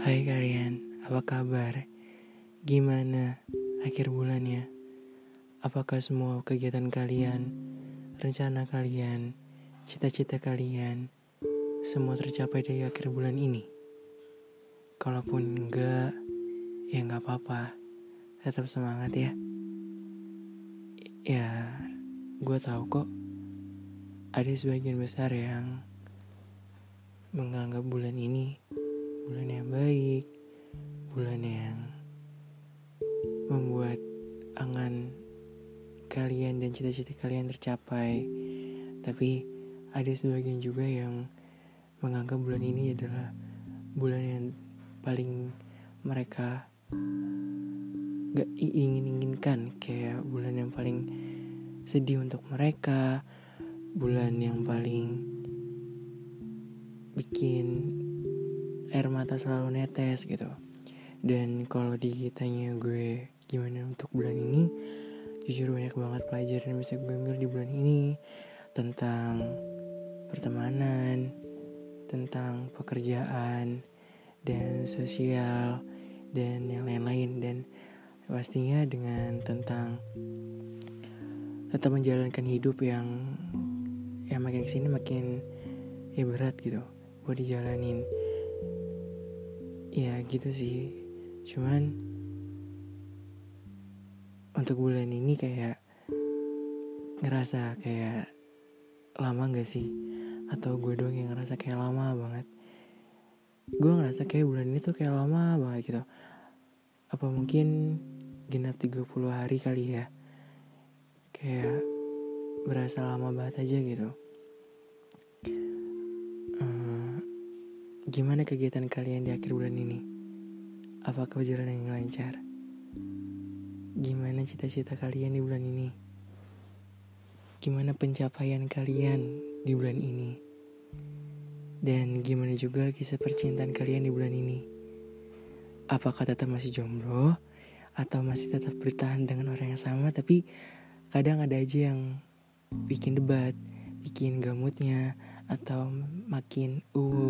Hai kalian, apa kabar? Gimana akhir bulannya? Apakah semua kegiatan kalian, rencana kalian, cita-cita kalian, semua tercapai di akhir bulan ini? Kalaupun enggak, ya enggak apa-apa. Tetap semangat ya. Ya, gue tahu kok ada sebagian besar yang menganggap bulan ini bulan yang baik, bulan yang membuat angan kalian dan cita-cita kalian tercapai. Tapi ada sebagian juga yang menganggap bulan ini adalah bulan yang paling mereka gak ingin-inginkan, kayak bulan yang paling sedih untuk mereka, bulan yang paling bikin air mata selalu netes gitu. Dan kalau ditanya gue gimana untuk bulan ini, jujur banyak banget pelajaran yang bisa gue ambil di bulan ini, tentang pertemanan, tentang pekerjaan, dan sosial, dan yang lain-lain. Dan pastinya dengan tentang tetap menjalankan hidup yang makin kesini makin berat gitu buat dijalanin. Ya gitu sih. Cuman untuk bulan ini kayak ngerasa kayak lama gak sih? Atau gue doang yang ngerasa kayak lama banget? Gue ngerasa kayak bulan ini tuh kayak lama banget gitu. Apa mungkin genap 30 hari kali ya? Kayak berasa lama banget aja gitu. Gimana kegiatan kalian di akhir bulan ini? Apakah berjalan dengan lancar? Gimana cita-cita kalian di bulan ini? Gimana pencapaian kalian di bulan ini? Dan gimana juga kisah percintaan kalian di bulan ini? Apakah tetap masih jomblo? Atau masih tetap bertahan dengan orang yang sama? Tapi kadang ada aja yang bikin debat, bikin gamutnya, atau makin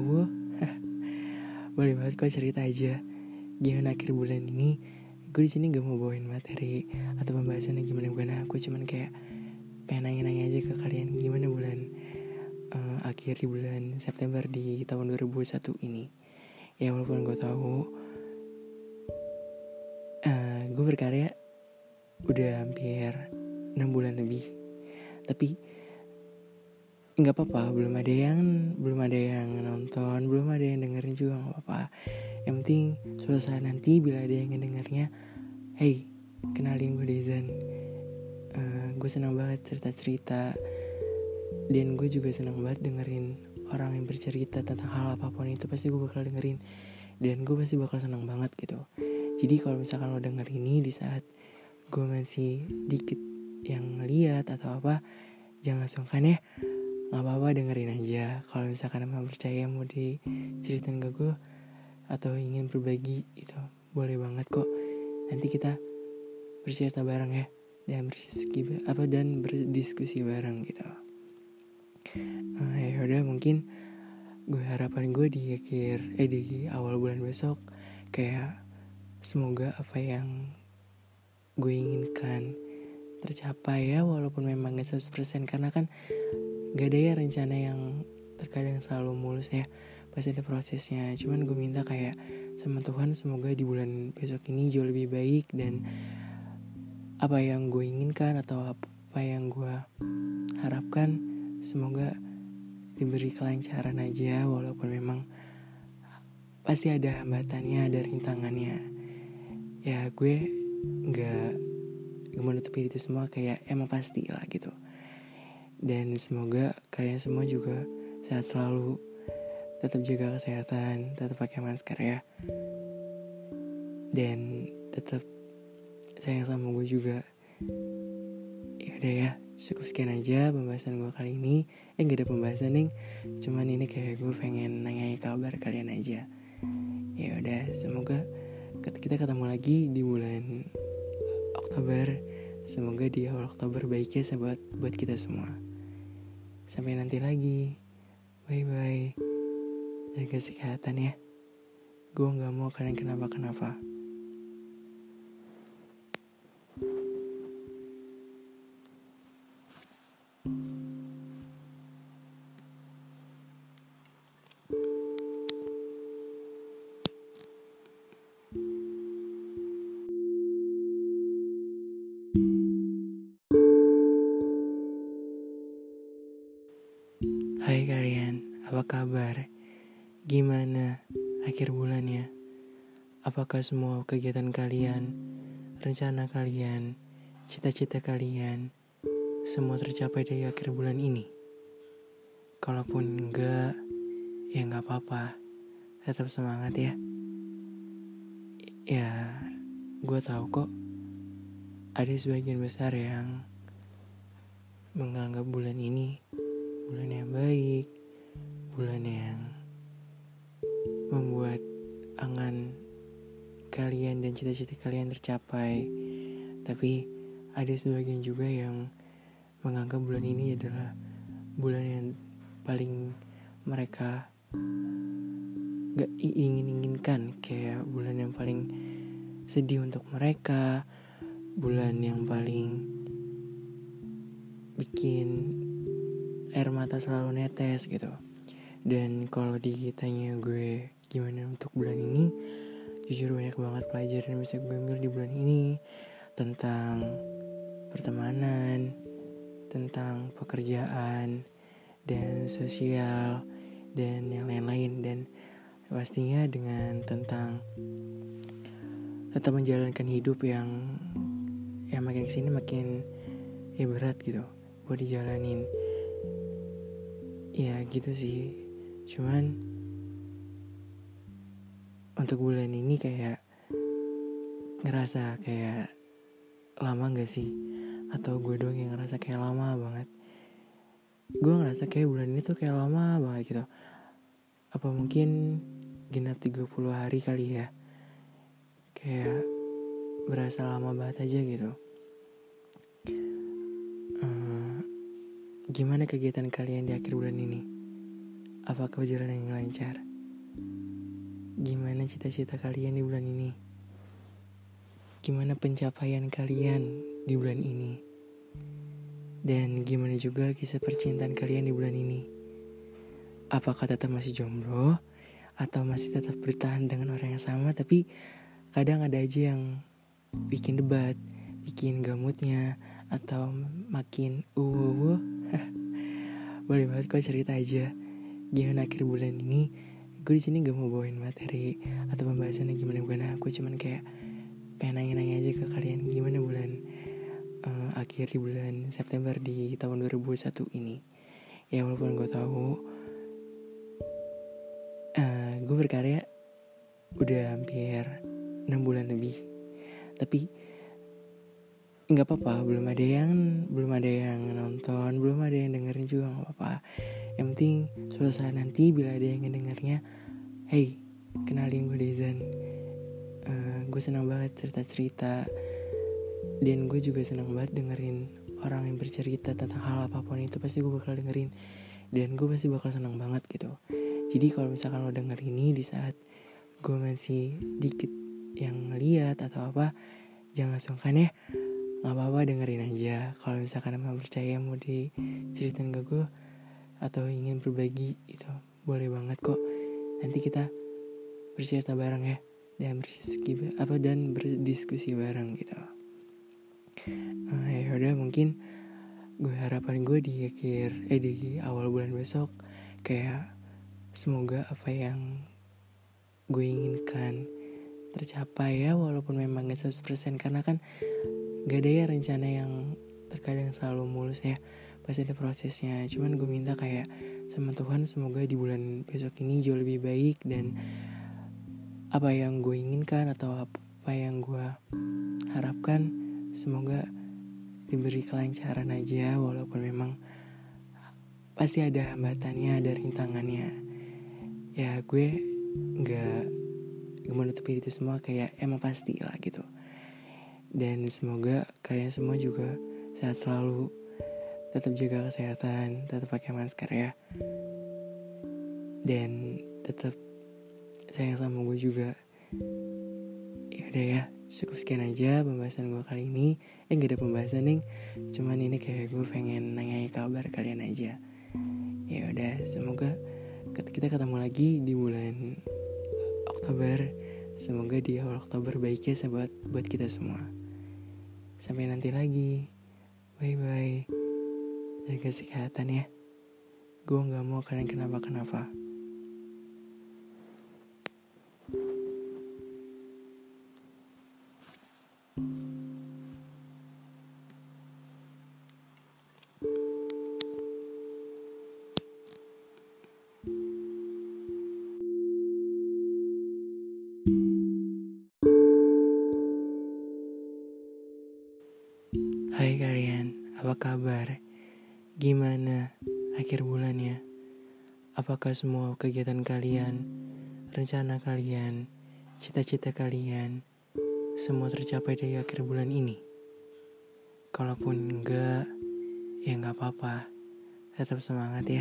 boleh banget kok cerita aja gimana akhir bulan ini. Gue di sini gak mau bawain materi atau pembahasan yang gimana aku cuman kayak pengen nanya-nanya aja ke kalian gimana bulan akhir di bulan September di tahun 2021 ini. Ya walaupun gue tahu gue berkarya udah hampir 6 bulan lebih, tapi nggak apa-apa, belum ada yang nonton, belum ada yang dengerin juga nggak apa-apa. Yang penting suatu saat nanti bila ada yang ngedengarnya, hey, kenalin gue Dezan. Gue senang banget cerita-cerita, dan gue juga senang banget dengerin orang yang bercerita tentang hal apapun itu. Pasti gue bakal dengerin, dan gue pasti bakal senang banget gitu. Jadi kalau misalkan lo denger ini di saat gue masih dikit yang lihat atau apa, jangan sungkan ya. Gak apa-apa, dengerin aja. Kalau misalkan emang percaya mau diceritain ke gue atau ingin berbagi itu boleh banget kok. Nanti kita bercerita bareng ya, dan berdiskusi bareng gitu. Ya udah, mungkin harapan gue di awal bulan besok kayak semoga apa yang gue inginkan tercapai ya, walaupun memang gak 100%, karena kan gak ada ya rencana yang terkadang selalu mulus ya, pasti ada prosesnya. Cuman gue minta kayak sama Tuhan, semoga di bulan besok ini jauh lebih baik, dan apa yang gue inginkan atau apa yang gue harapkan semoga diberi kelancaran aja, walaupun memang pasti ada hambatannya, ada rintangannya. Ya gue gak menutupi itu semua, kayak emang pasti lah gitu. Dan semoga kalian semua juga sehat selalu, tetap jaga kesehatan, tetap pakai masker ya, dan tetap sayang sama gue juga. Ya udah ya, cukup sekian aja pembahasan gue kali ini. Gak ada pembahasan nih, cuman ini kayak gue pengen nanya kabar kalian aja. Ya udah, semoga kita ketemu lagi di bulan Oktober. Semoga di awal Oktober baiknya buat kita semua. Sampai nanti lagi. Bye bye. Jaga kesehatan ya. Gue gak mau kalian kenapa-kenapa. Hai kalian, apa kabar? Gimana akhir bulannya? Apakah semua kegiatan kalian, rencana kalian, cita-cita kalian semua tercapai di akhir bulan ini? Kalaupun enggak, ya enggak apa-apa. Tetap semangat ya. Ya, gue tahu kok ada sebagian besar yang menganggap bulan ini bulan yang baik, bulan yang membuat angan kalian dan cita-cita kalian tercapai. Tapi ada sebagian juga yang menganggap bulan ini adalah bulan yang paling mereka gak ingin-inginkan, kayak bulan yang paling sedih untuk mereka, bulan yang paling bikin air mata selalu netes gitu. Dan kalau ditanya gue gimana untuk bulan ini, jujur banyak banget pelajaran yang bisa gue ambil di bulan ini, tentang pertemanan, tentang pekerjaan dan sosial dan yang lain-lain, dan pastinya dengan tentang tetap menjalankan hidup yang makin kesini makin berat gitu buat dijalanin. Ya gitu sih. Cuman untuk bulan ini kayak ngerasa kayak lama gak sih? Atau gue doang yang ngerasa kayak lama banget? Gue ngerasa kayak bulan ini tuh kayak lama banget gitu. Apa mungkin genap 30 hari kali ya? Kayak berasa lama banget aja gitu. Gimana kegiatan kalian di akhir bulan ini? Apakah berjalan dengan lancar? Gimana cita-cita kalian di bulan ini? Gimana pencapaian kalian di bulan ini? Dan gimana juga kisah percintaan kalian di bulan ini? Apakah tetap masih jomblo? Atau masih tetap bertahan dengan orang yang sama? Tapi kadang ada aja yang bikin debat, bikin gamutnya, atau makin boleh banget kok cerita aja gimana akhir bulan ini. Gue di sini gak mau bawain materi atau pembahasan gimana. Aku cuman kayak pengen nanya-nanya aja ke kalian gimana bulan akhir di bulan September di tahun 2021 ini. Ya walaupun gue tahu gue berkarya udah hampir 6 bulan lebih, tapi nggak apa-apa, belum ada yang nonton, belum ada yang dengerin juga nggak apa-apa. Yang penting suatu saat nanti bila ada yang ngedengarnya, hey, kenalin gue Dezan. Gue senang banget cerita-cerita, dan gue juga senang banget dengerin orang yang bercerita tentang hal apapun itu. Pasti gue bakal dengerin, dan gue pasti bakal senang banget gitu. Jadi kalau misalkan lo denger ini di saat gue masih dikit yang ngeliat atau apa, jangan sungkan ya. Gak apa-apa, dengerin aja. Kalau misalkan emang percaya mau diceritain ke gue atau ingin berbagi itu boleh banget kok. Nanti kita bercerita bareng ya, dan berdiskusi bareng gitu. Ya udah, mungkin harapan gue di awal bulan besok kayak semoga apa yang gue inginkan tercapai ya, walaupun memang gak 100%, karena kan gak ada ya rencana yang terkadang selalu mulus ya, pasti ada prosesnya. Cuman gue minta kayak sama Tuhan, semoga di bulan besok ini jauh lebih baik, dan apa yang gue inginkan atau apa yang gue harapkan semoga diberi kelancaran aja, walaupun memang pasti ada hambatannya, ada rintangannya. Ya gue gak menutupi itu semua, kayak emang pasti lah gitu. Dan semoga kalian semua juga sehat selalu, tetap jaga kesehatan, tetap pakai masker ya, dan tetap sayang sama gue juga. Ya udah ya, cukup sekian aja pembahasan gue kali ini. Gak ada pembahasan nih, cuman ini kayak gue pengen nanya kabar kalian aja. Ya udah, semoga kita ketemu lagi di bulan Oktober. Semoga di awal Oktober baiknya buat kita semua. Sampai nanti lagi. Bye-bye. Jaga kesehatan ya. Gue gak mau kalian kenapa-kenapa. Hai kalian, apa kabar? Gimana akhir bulannya? Apakah semua kegiatan kalian, rencana kalian, cita-cita kalian semua tercapai di akhir bulan ini? Kalaupun enggak, ya enggak apa-apa. Tetap semangat ya.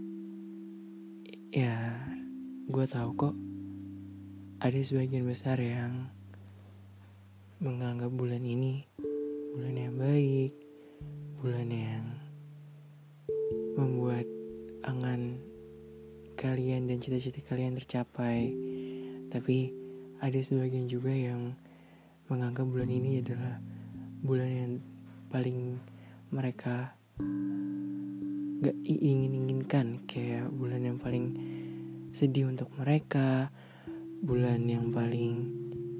Ya, gue tahu kok ada sebagian besar yang menganggap bulan ini bulan yang baik, bulan yang membuat angan kalian dan cita-cita kalian tercapai. Tapi ada sebagian juga yang menganggap bulan ini adalah bulan yang paling mereka gak inginkan, kayak bulan yang paling sedih untuk mereka, bulan yang paling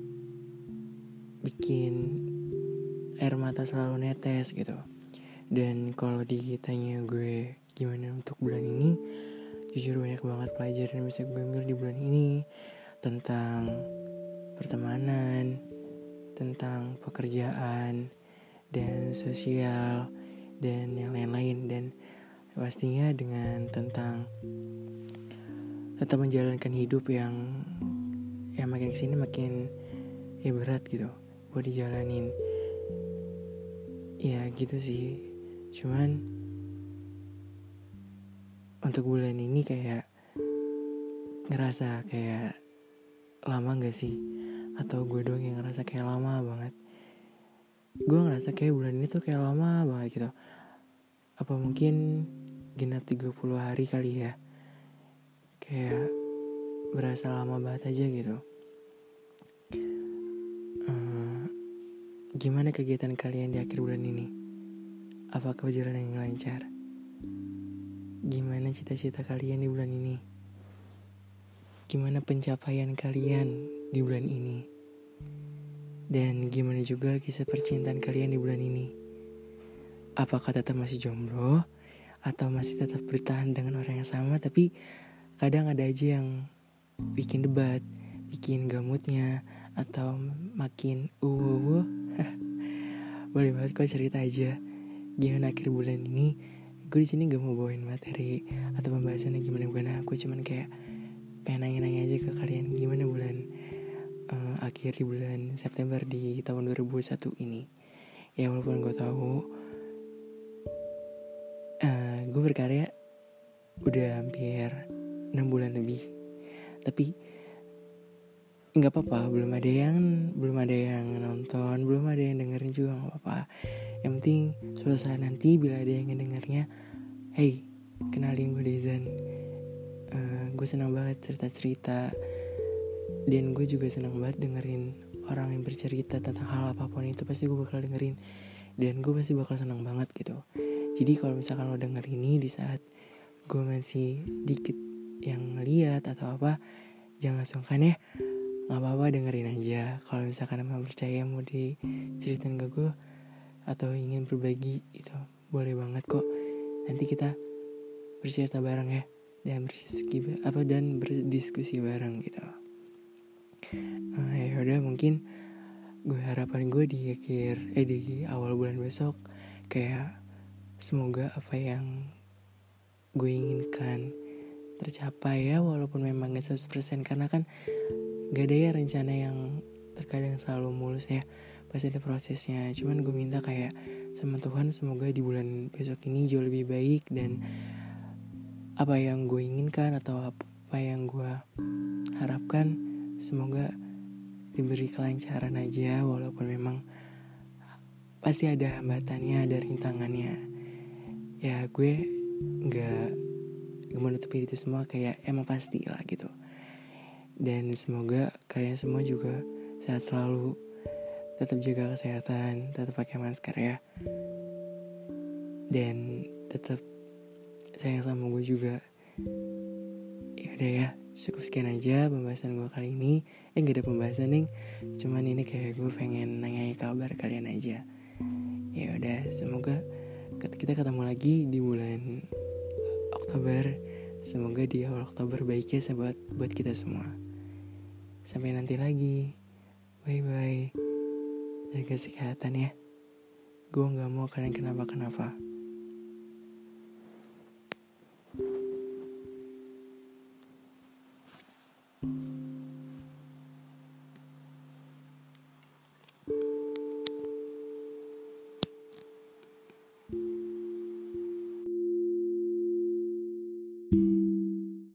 bikin air mata selalu netes gitu. Dan kalau ditanya gue gimana untuk bulan ini, jujur banyak banget pelajaran yang bisa gue ambil di bulan ini, tentang pertemanan, tentang pekerjaan dan sosial dan yang lain-lain. Dan pastinya dengan tentang tetap menjalankan hidup yang makin kesini makin berat gitu buat dijalanin. Ya gitu sih. Cuman untuk bulan ini kayak ngerasa kayak lama gak sih? Atau gue doang yang ngerasa kayak lama banget? Gue ngerasa kayak bulan ini tuh kayak lama banget gitu. Apa mungkin genap 30 hari kali ya? Kayak berasa lama banget aja gitu. Gimana kegiatan kalian di akhir bulan ini? Apakah berjalan dengan lancar? Gimana cita-cita kalian di bulan ini? Gimana pencapaian kalian di bulan ini? Dan gimana juga kisah percintaan kalian di bulan ini? Apakah tetap masih jomblo? Atau masih tetap bertahan dengan orang yang sama? Tapi kadang ada aja yang bikin debat, bikin gamutnya, atau makin boleh banget kok cerita aja gimana akhir bulan ini. Gue di sini gak mau bawain materi atau pembahasannya gimana. Aku cuman kayak pengen nanya-nanya aja ke kalian gimana bulan akhir di bulan September di tahun 2021 ini. Ya walaupun gue tahu gue berkarya udah hampir 6 bulan lebih, tapi nggak apa-apa, belum ada yang nonton, belum ada yang dengerin juga nggak apa-apa. Yang penting suatu saat nanti bila ada yang ngedengarnya, hey, kenalin gue Dezan. Gue senang banget cerita dan gue juga senang banget dengerin orang yang bercerita tentang hal apapun itu. Pasti gue bakal dengerin dan gue pasti bakal senang banget gitu. Jadi kalau misalkan lo denger ini di saat gue masih dikit yang lihat atau apa, jangan sungkan ya. Gak apa-apa, dengerin aja. Kalau misalkan emang percaya mau diceritain ke gue atau ingin berbagi itu boleh banget kok. Nanti kita bercerita bareng ya dan berdiskusi bareng gitu. Ya udah, mungkin gue harapan gue di awal bulan besok kayak semoga apa yang gue inginkan tercapai ya, walaupun memang gak 100%, karena kan gak ada ya rencana yang terkadang selalu mulus ya, pasti ada prosesnya. Cuman gue minta kayak sama Tuhan semoga di bulan besok ini jauh lebih baik, dan apa yang gue inginkan atau apa yang gue harapkan semoga diberi kelancaran aja, walaupun memang pasti ada hambatannya, ada rintangannya. Ya gue gak menutupi itu semua, kayak emang pasti lah gitu. Dan semoga kalian semua juga sehat selalu, tetap jaga kesehatan, tetap pakai masker ya, dan tetap sayang sama gue juga. Yaudah ya, cukup sekian aja pembahasan gue kali ini. Gak ada pembahasan nih, cuman ini kayak gue pengen nanya kabar kalian aja. Ya udah, semoga kita ketemu lagi di bulan Oktober. Semoga di awal Oktober baiknya buat kita semua. Sampai nanti lagi. Bye bye. Jaga kesehatan ya. Gue gak mau kalian kenapa-kenapa.